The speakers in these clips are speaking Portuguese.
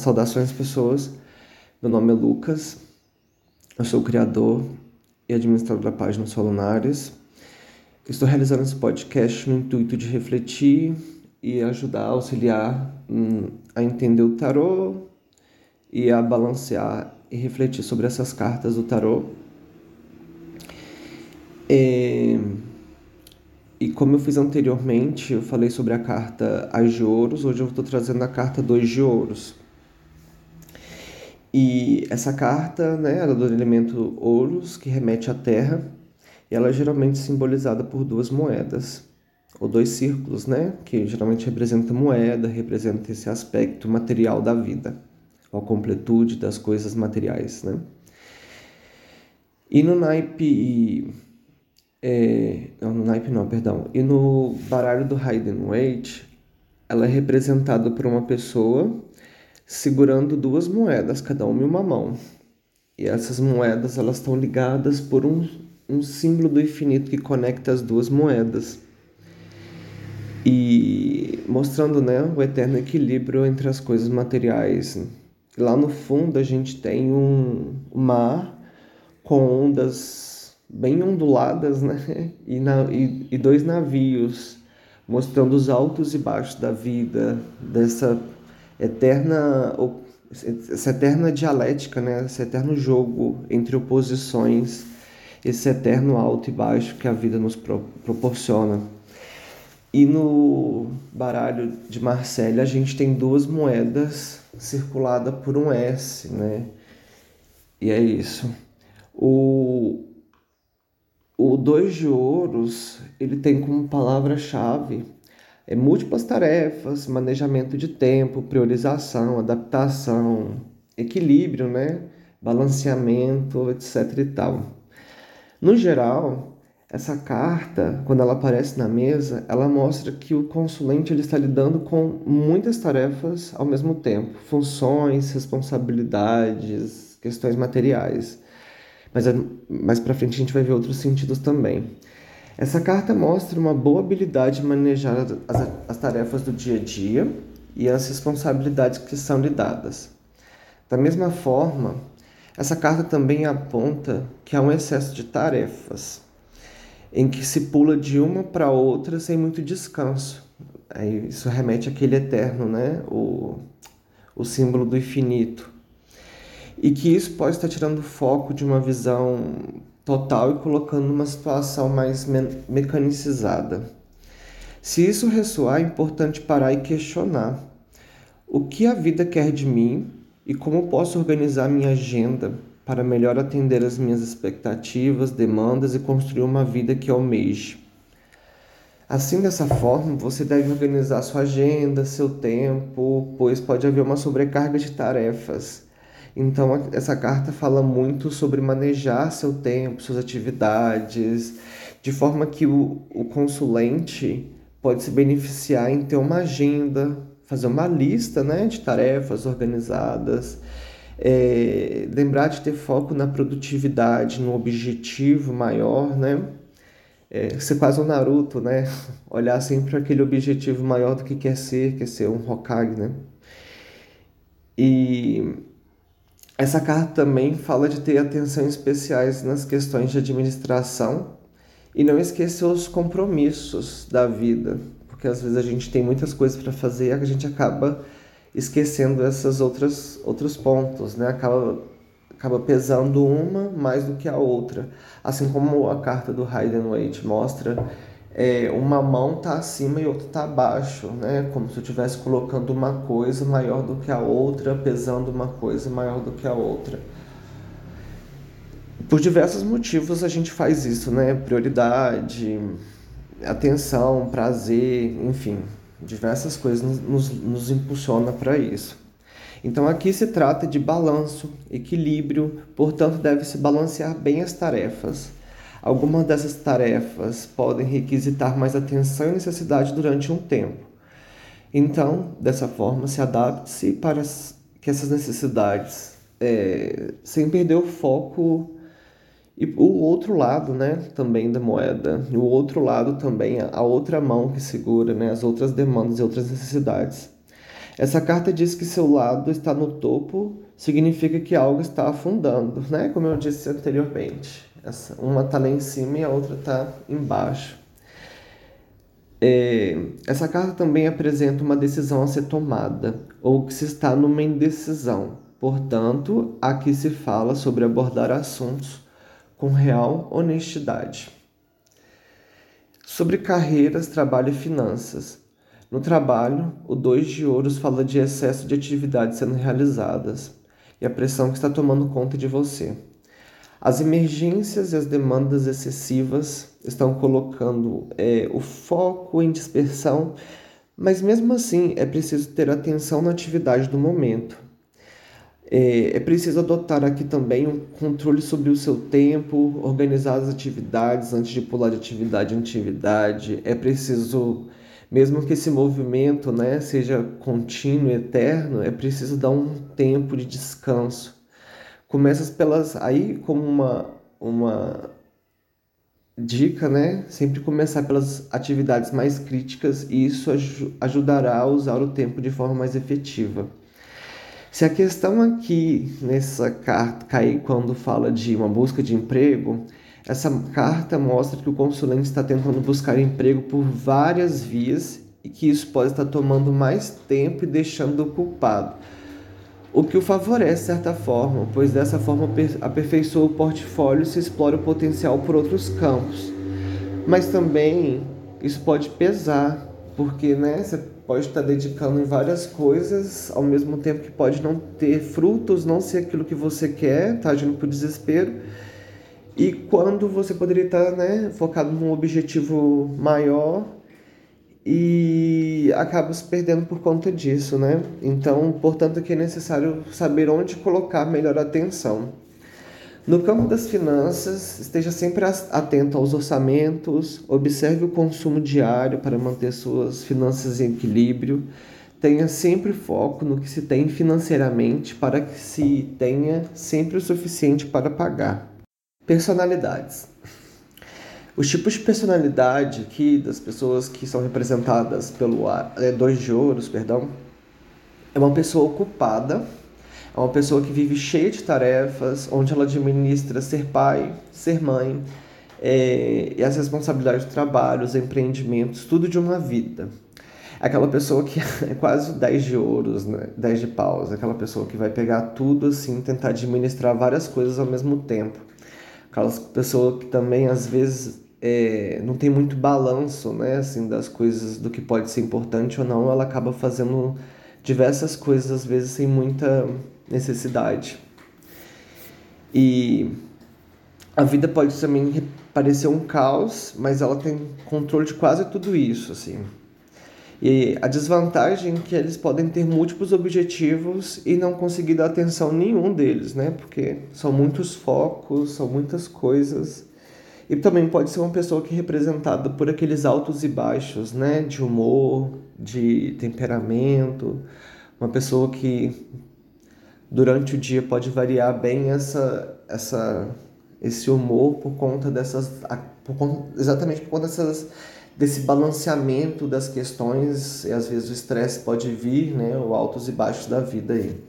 Saudações, pessoas. Meu nome é Lucas, eu sou o criador e administrador da página Solo Lunares. Estou realizando esse podcast no intuito de refletir e ajudar a auxiliar a entender o tarô e a balancear e refletir sobre essas cartas do tarô. E como eu fiz anteriormente, eu falei sobre a carta As de Ouros, hoje eu estou trazendo a carta Dois de Ouros. E essa carta, né, ela é do elemento Ouros, que remete à terra, e ela é geralmente simbolizada por duas moedas, ou dois círculos, né, que geralmente representa moeda, representa esse aspecto material da vida, a completude das coisas materiais, né. E no naipe... E no baralho do Rider-Waite, ela é representada por uma pessoa segurando duas moedas, cada uma em uma mão. E essas moedas, elas estão ligadas por um símbolo do infinito que conecta as duas moedas. E mostrando, né, o eterno equilíbrio entre as coisas materiais. Lá no fundo a gente tem um mar com ondas bem onduladas, né? E dois navios mostrando os altos e baixos da vida, essa eterna dialética, né? Esse eterno jogo entre oposições, esse eterno alto e baixo que a vida nos proporciona. E no baralho de Marselha a gente tem duas moedas circuladas por um S, né? E é isso. O Dois de Ouros, ele tem como palavra-chave múltiplas tarefas, manejamento de tempo, priorização, adaptação, equilíbrio, né? Balanceamento, etc. e tal. No geral, essa carta, quando ela aparece na mesa, ela mostra que o consulente ele está lidando com muitas tarefas ao mesmo tempo, funções, responsabilidades, questões materiais. Mas mais para frente a gente vai ver outros sentidos também. Essa carta mostra uma boa habilidade de manejar as tarefas do dia a dia e as responsabilidades que são lhe dadas. Da mesma forma, essa carta também aponta que há um excesso de tarefas, em que se pula de uma para outra sem muito descanso. Aí isso remete àquele eterno, né? O símbolo do infinito. E que isso pode estar tirando o foco de uma visão total e colocando numa situação mais mecanicizada. Se isso ressoar, é importante parar e questionar o que a vida quer de mim e como posso organizar minha agenda para melhor atender às minhas expectativas, demandas e construir uma vida que almeje. Assim, dessa forma, você deve organizar sua agenda, seu tempo, pois pode haver uma sobrecarga de tarefas. Então, essa carta fala muito sobre manejar seu tempo, suas atividades, de forma que o consulente pode se beneficiar em ter uma agenda, fazer uma lista, né, de tarefas organizadas, lembrar de ter foco na produtividade, no objetivo maior, né? Ser quase um Naruto, né? Olhar sempre para aquele objetivo maior do que quer ser um Hokage, né? E essa carta também fala de ter atenção especiais nas questões de administração e não esquecer os compromissos da vida, porque às vezes a gente tem muitas coisas para fazer e a gente acaba esquecendo esses outros pontos, né? Acaba pesando uma mais do que a outra. Assim como a carta do Rider-Waite mostra, uma mão está acima e outra está abaixo, né? Como se eu estivesse colocando uma coisa maior do que a outra, pesando uma coisa maior do que a outra. Por diversos motivos a gente faz isso, né? Prioridade, atenção, prazer, enfim, diversas coisas nos impulsiona para isso. Então aqui se trata de balanço, equilíbrio, portanto deve-se balancear bem as tarefas. Algumas dessas tarefas podem requisitar mais atenção e necessidade durante um tempo. Então, dessa forma, se adapte-se para que essas necessidades, sem perder o foco e o outro lado, né, também da moeda. E o outro lado também, a outra mão que segura, né, as outras demandas e outras necessidades. Essa carta diz que seu lado está no topo, significa que algo está afundando, né? Como eu disse anteriormente. Uma está lá em cima e a outra está embaixo. Essa carta também apresenta uma decisão a ser tomada, ou que se está numa indecisão. Portanto, aqui se fala sobre abordar assuntos com real honestidade. Sobre carreiras, trabalho e finanças. No trabalho, o 2 de ouros fala de excesso de atividades sendo realizadas e a pressão que está tomando conta de você. As emergências e as demandas excessivas estão colocando o foco em dispersão, mas mesmo assim é preciso ter atenção na atividade do momento. É preciso adotar aqui também um controle sobre o seu tempo, organizar as atividades antes de pular de atividade em atividade. É preciso, mesmo que esse movimento, né, seja contínuo e eterno, é preciso dar um tempo de descanso. Começa aí como uma dica, né? Sempre começar pelas atividades mais críticas e isso ajudará a usar o tempo de forma mais efetiva. Se a questão aqui nessa carta cair quando fala de uma busca de emprego, essa carta mostra que o consulente está tentando buscar emprego por várias vias e que isso pode estar tomando mais tempo e deixando o culpado. O que o favorece de certa forma, pois dessa forma aperfeiçoa o portfólio e se explora o potencial por outros campos. Mas também isso pode pesar, porque né, você pode estar dedicando em várias coisas, ao mesmo tempo que pode não ter frutos, não ser aquilo que você quer, tá agindo por desespero. E quando você poderia estar né, focado num objetivo maior e acaba se perdendo por conta disso, né? Então, portanto, aqui é necessário saber onde colocar melhor atenção. No campo das finanças, esteja sempre atento aos orçamentos, observe o consumo diário para manter suas finanças em equilíbrio, tenha sempre foco no que se tem financeiramente para que se tenha sempre o suficiente para pagar. Personalidades. Os tipos de personalidade aqui das pessoas que são representadas pelo 2 de ouros, perdão, é uma pessoa ocupada, é uma pessoa que vive cheia de tarefas, onde ela administra ser pai, ser mãe, e as responsabilidades do trabalho, os empreendimentos, tudo de uma vida. Aquela pessoa que é quase o 10 de ouros, né? 10 de paus, aquela pessoa que vai pegar tudo assim, tentar administrar várias coisas ao mesmo tempo. Aquela pessoa que também às vezes não tem muito balanço, né, assim, das coisas, do que pode ser importante ou não, ela acaba fazendo diversas coisas às vezes sem muita necessidade. E a vida pode também parecer um caos, mas ela tem controle de quase tudo isso, assim. E a desvantagem é que eles podem ter múltiplos objetivos e não conseguir dar atenção a nenhum deles, né? Porque são muitos focos, são muitas coisas. E também pode ser uma pessoa que é representada por aqueles altos e baixos, né? De humor, de temperamento. Uma pessoa que durante o dia pode variar bem esse humor por conta exatamente por conta desse balanceamento das questões, e às vezes o estresse pode vir, né, os altos e baixos da vida aí.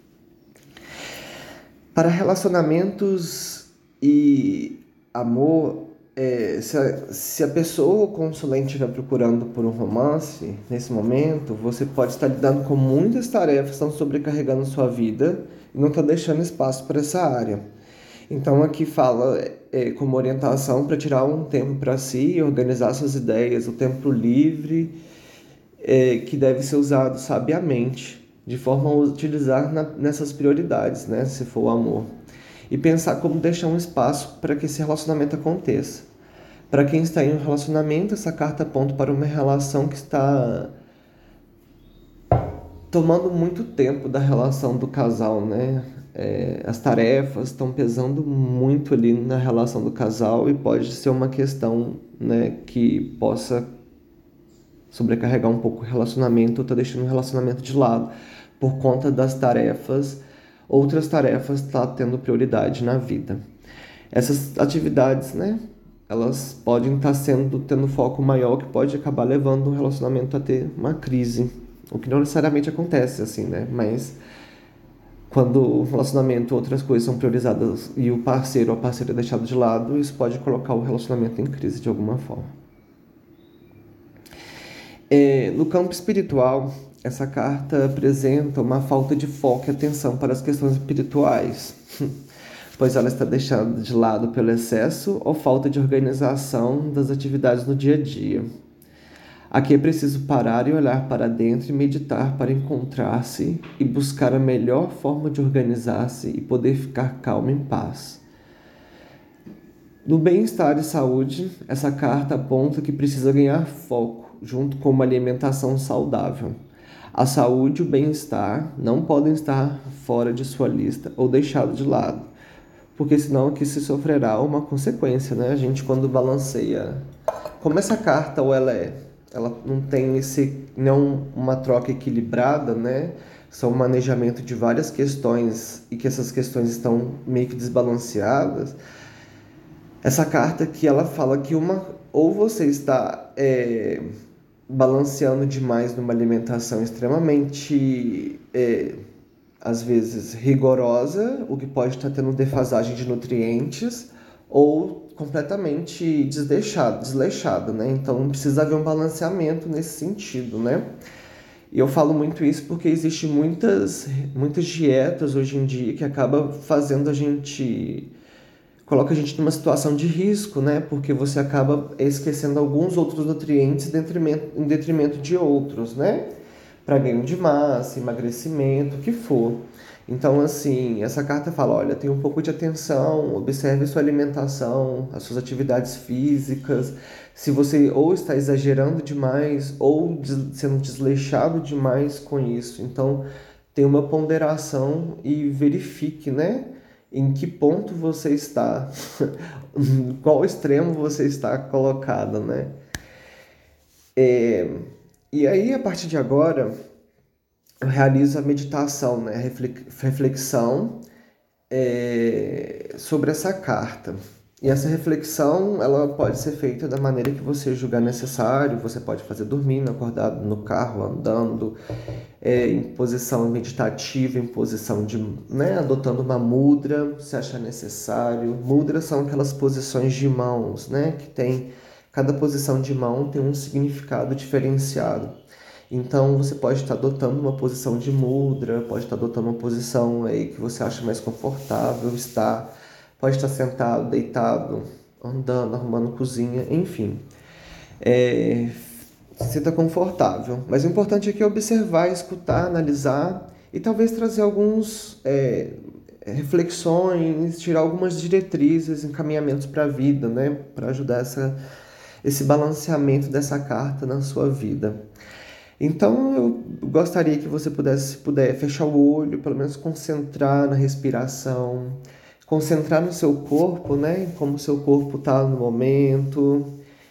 Para relacionamentos e amor, se a pessoa, o consulente, estiver procurando por um romance, nesse momento, você pode estar lidando com muitas tarefas, estão sobrecarregando sua vida e não está deixando espaço para essa área. Então aqui fala como orientação para tirar um tempo para si, organizar suas ideias, o tempo livre que deve ser usado sabiamente, de forma a utilizar nessas prioridades, né, se for o amor. E pensar como deixar um espaço para que esse relacionamento aconteça. Para quem está em um relacionamento, essa carta aponta para uma relação que está tomando muito tempo da relação do casal, né? As tarefas estão pesando muito ali na relação do casal e pode ser uma questão, né, que possa sobrecarregar um pouco o relacionamento ou tá deixando o relacionamento de lado por conta das tarefas. Outras tarefas tá tendo prioridade na vida. Essas atividades, né, elas podem estar tendo foco maior, que pode acabar levando o relacionamento a ter uma crise o que não necessariamente acontece assim, né? Mas quando o relacionamento, outras coisas são priorizadas e o parceiro ou a parceira é deixado de lado, isso pode colocar o relacionamento em crise de alguma forma. No campo espiritual, essa carta apresenta uma falta de foco e atenção para as questões espirituais, pois ela está deixada de lado pelo excesso ou falta de organização das atividades no dia a dia. Aqui é preciso parar e olhar para dentro e meditar para encontrar-se e buscar a melhor forma de organizar-se e poder ficar calmo em paz. No bem-estar e saúde, essa carta aponta que precisa ganhar foco, junto com uma alimentação saudável. A saúde e o bem-estar não podem estar fora de sua lista ou deixados de lado, porque senão aqui se sofrerá uma consequência, né? A gente quando balanceia, como essa carta ou ela não tem não uma troca equilibrada, né? São um manejamento de várias questões e que essas questões estão meio que desbalanceadas. Essa carta aqui ela fala que ou você está balanceando demais numa alimentação extremamente às vezes rigorosa, o que pode estar tendo defasagem de nutrientes, ou completamente desleixado, né? Então precisa haver um balanceamento nesse sentido, né? E eu falo muito isso porque existem muitas dietas hoje em dia que acabam fazendo coloca a gente numa situação de risco, né? Porque você acaba esquecendo alguns outros nutrientes em detrimento de outros, né? Para ganho de massa, emagrecimento, o que for. Então, assim, essa carta fala, olha, tenha um pouco de atenção, observe sua alimentação, as suas atividades físicas, se você ou está exagerando demais ou sendo desleixado demais com isso. Então, tenha uma ponderação e verifique, né? Em que ponto você está, em qual extremo você está colocado, né? E aí, a partir de agora, eu realizo a meditação, né? A reflexão sobre essa carta. E essa reflexão, ela pode ser feita da maneira que você julgar necessário. Você pode fazer dormindo, acordado, no carro, andando, em posição meditativa, em posição de, né, adotando uma mudra, se achar necessário. Mudras são aquelas posições de mãos, né, cada posição de mão tem um significado diferenciado. Então você pode estar adotando uma posição de mudra, pode estar adotando uma posição aí que você acha mais confortável, pode estar sentado, deitado, andando, arrumando cozinha, enfim. Se sinta confortável. Mas o importante aqui é observar, escutar, analisar e talvez trazer algumas reflexões, tirar algumas diretrizes, encaminhamentos para a vida, né? Para ajudar esse balanceamento dessa carta na sua vida. Então eu gostaria que você se puder fechar o olho, pelo menos concentrar na respiração, concentrar no seu corpo, né? Como o seu corpo está no momento.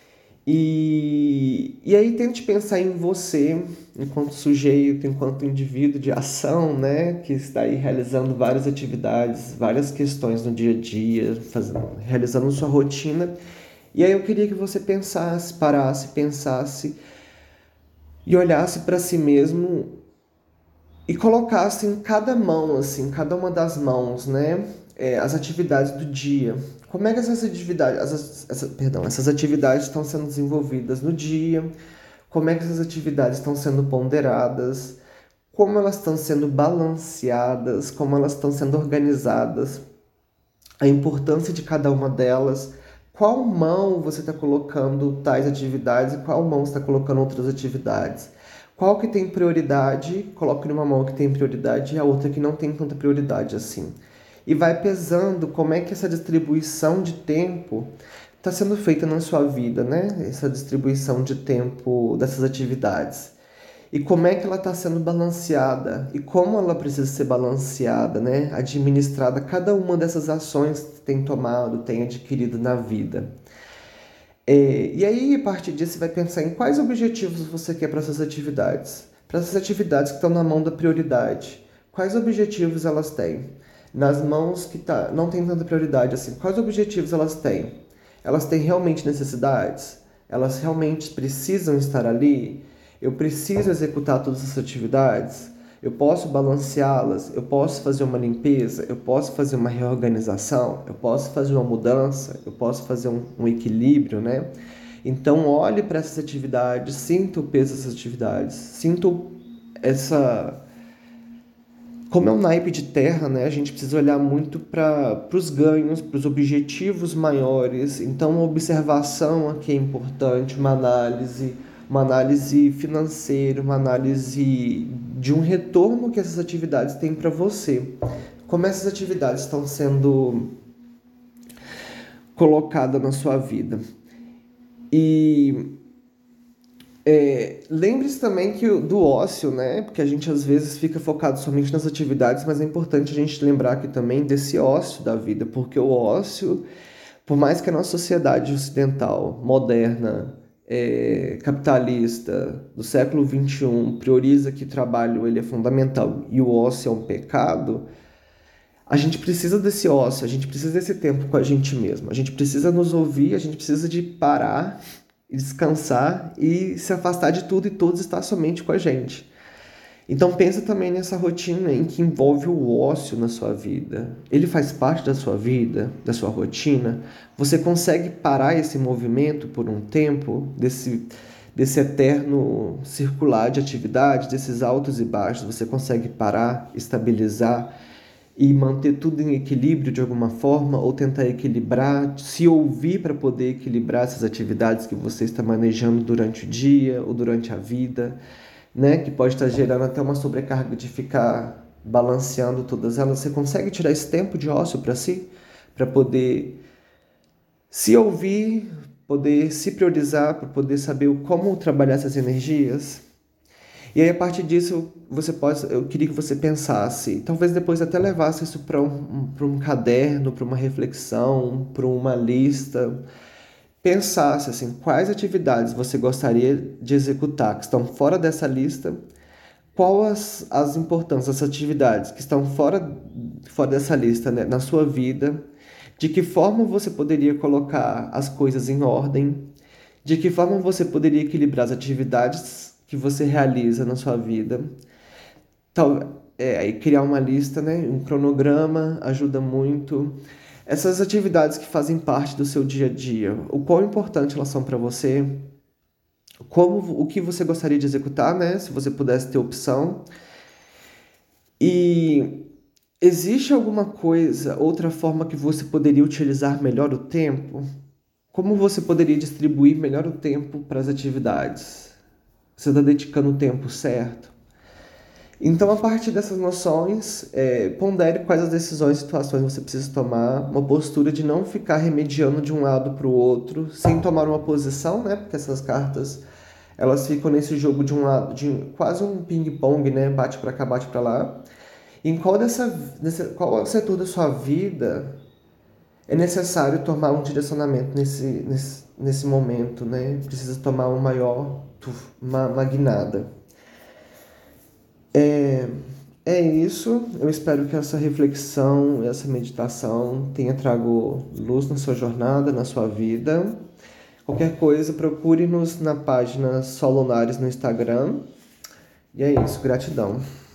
E aí tente pensar em você, enquanto sujeito, enquanto indivíduo de ação, né? Que está aí realizando várias atividades, várias questões no dia a dia, realizando sua rotina. E aí eu queria que você pensasse e olhasse para si mesmo e colocasse em cada mão, assim, cada uma das mãos, né, as atividades do dia. Como é que essas atividades estão sendo desenvolvidas no dia? Como é que essas atividades estão sendo ponderadas? Como elas estão sendo balanceadas? Como elas estão sendo organizadas? A importância de cada uma delas. Qual mão você está colocando tais atividades e qual mão você está colocando outras atividades? Qual que tem prioridade, coloque numa mão que tem prioridade e a outra que não tem tanta prioridade assim. E vai pesando como é que essa distribuição de tempo está sendo feita na sua vida, né? Essa distribuição de tempo dessas atividades. E como é que ela está sendo balanceada e como ela precisa ser balanceada, né? Administrada cada uma dessas ações que tem tomado, tem adquirido na vida. E aí, a partir disso, você vai pensar em quais objetivos você quer para essas atividades. Para essas atividades que estão na mão da prioridade. Quais objetivos elas têm? Nas mãos que não tem tanta prioridade assim. Quais objetivos elas têm? Elas têm realmente necessidades? Elas realmente precisam estar ali? Eu preciso executar todas essas atividades? Eu posso balanceá-las? Eu posso fazer uma limpeza? Eu posso fazer uma reorganização? Eu posso fazer uma mudança? Eu posso fazer um equilíbrio, né? Então, olhe para essas atividades, sinta o peso dessas atividades, sinta essa. Como é um naipe de terra, né? A gente precisa olhar muito para os ganhos, para os objetivos maiores. Então, uma observação aqui é importante, uma análise financeira, uma análise de um retorno que essas atividades têm para você. Como essas atividades estão sendo colocadas na sua vida. E lembre-se também do ócio, né? Porque a gente às vezes fica focado somente nas atividades, mas é importante a gente lembrar aqui também desse ócio da vida, porque o ócio, por mais que a nossa sociedade ocidental, moderna, capitalista, do século XXI, prioriza que o trabalho ele é fundamental e o ócio é um pecado, a gente precisa desse ócio, a gente precisa desse tempo com a gente mesmo, a gente precisa nos ouvir, a gente precisa de parar, descansar e se afastar de tudo e todos estar somente com a gente. Então pensa também nessa rotina em que envolve o ócio na sua vida. Ele faz parte da sua vida, da sua rotina. Você consegue parar esse movimento por um tempo, desse eterno circular de atividades, desses altos e baixos. Você consegue parar, estabilizar e manter tudo em equilíbrio de alguma forma, ou tentar equilibrar, se ouvir para poder equilibrar essas atividades que você está manejando durante o dia ou durante a vida, né? Que pode estar gerando até uma sobrecarga de ficar balanceando todas elas. Você consegue tirar esse tempo de ócio para si, para poder se ouvir, poder se priorizar, para poder saber como trabalhar essas energias? E aí, a partir disso, eu queria que você pensasse, talvez depois até levasse isso para um caderno, para uma reflexão, para uma lista. Pensasse assim, quais atividades você gostaria de executar que estão fora dessa lista, quais as importâncias das atividades que estão fora dessa lista, né, na sua vida, de que forma você poderia colocar as coisas em ordem, de que forma você poderia equilibrar as atividades que você realiza na sua vida. Aí criar uma lista, né? Um cronograma ajuda muito. Essas atividades que fazem parte do seu dia a dia, o quão importante elas são para você, o que você gostaria de executar, né? Se você pudesse ter opção. E existe alguma coisa, outra forma que você poderia utilizar melhor o tempo? Como você poderia distribuir melhor o tempo para as atividades? Você está dedicando o tempo certo? Então, a partir dessas noções, pondere quais as decisões e situações você precisa tomar, uma postura de não ficar remediando de um lado para o outro, sem tomar uma posição, né? Porque essas cartas, elas ficam nesse jogo de um lado, de quase um ping-pong, né? Bate para cá, bate para lá. Em qual setor da sua vida é necessário tomar um direcionamento nesse momento, né? Precisa tomar uma guinada. É isso. Eu espero que essa reflexão, essa meditação tenha trago luz na sua jornada, na sua vida. Qualquer coisa, procure-nos na página Solunares no Instagram. E é isso. Gratidão.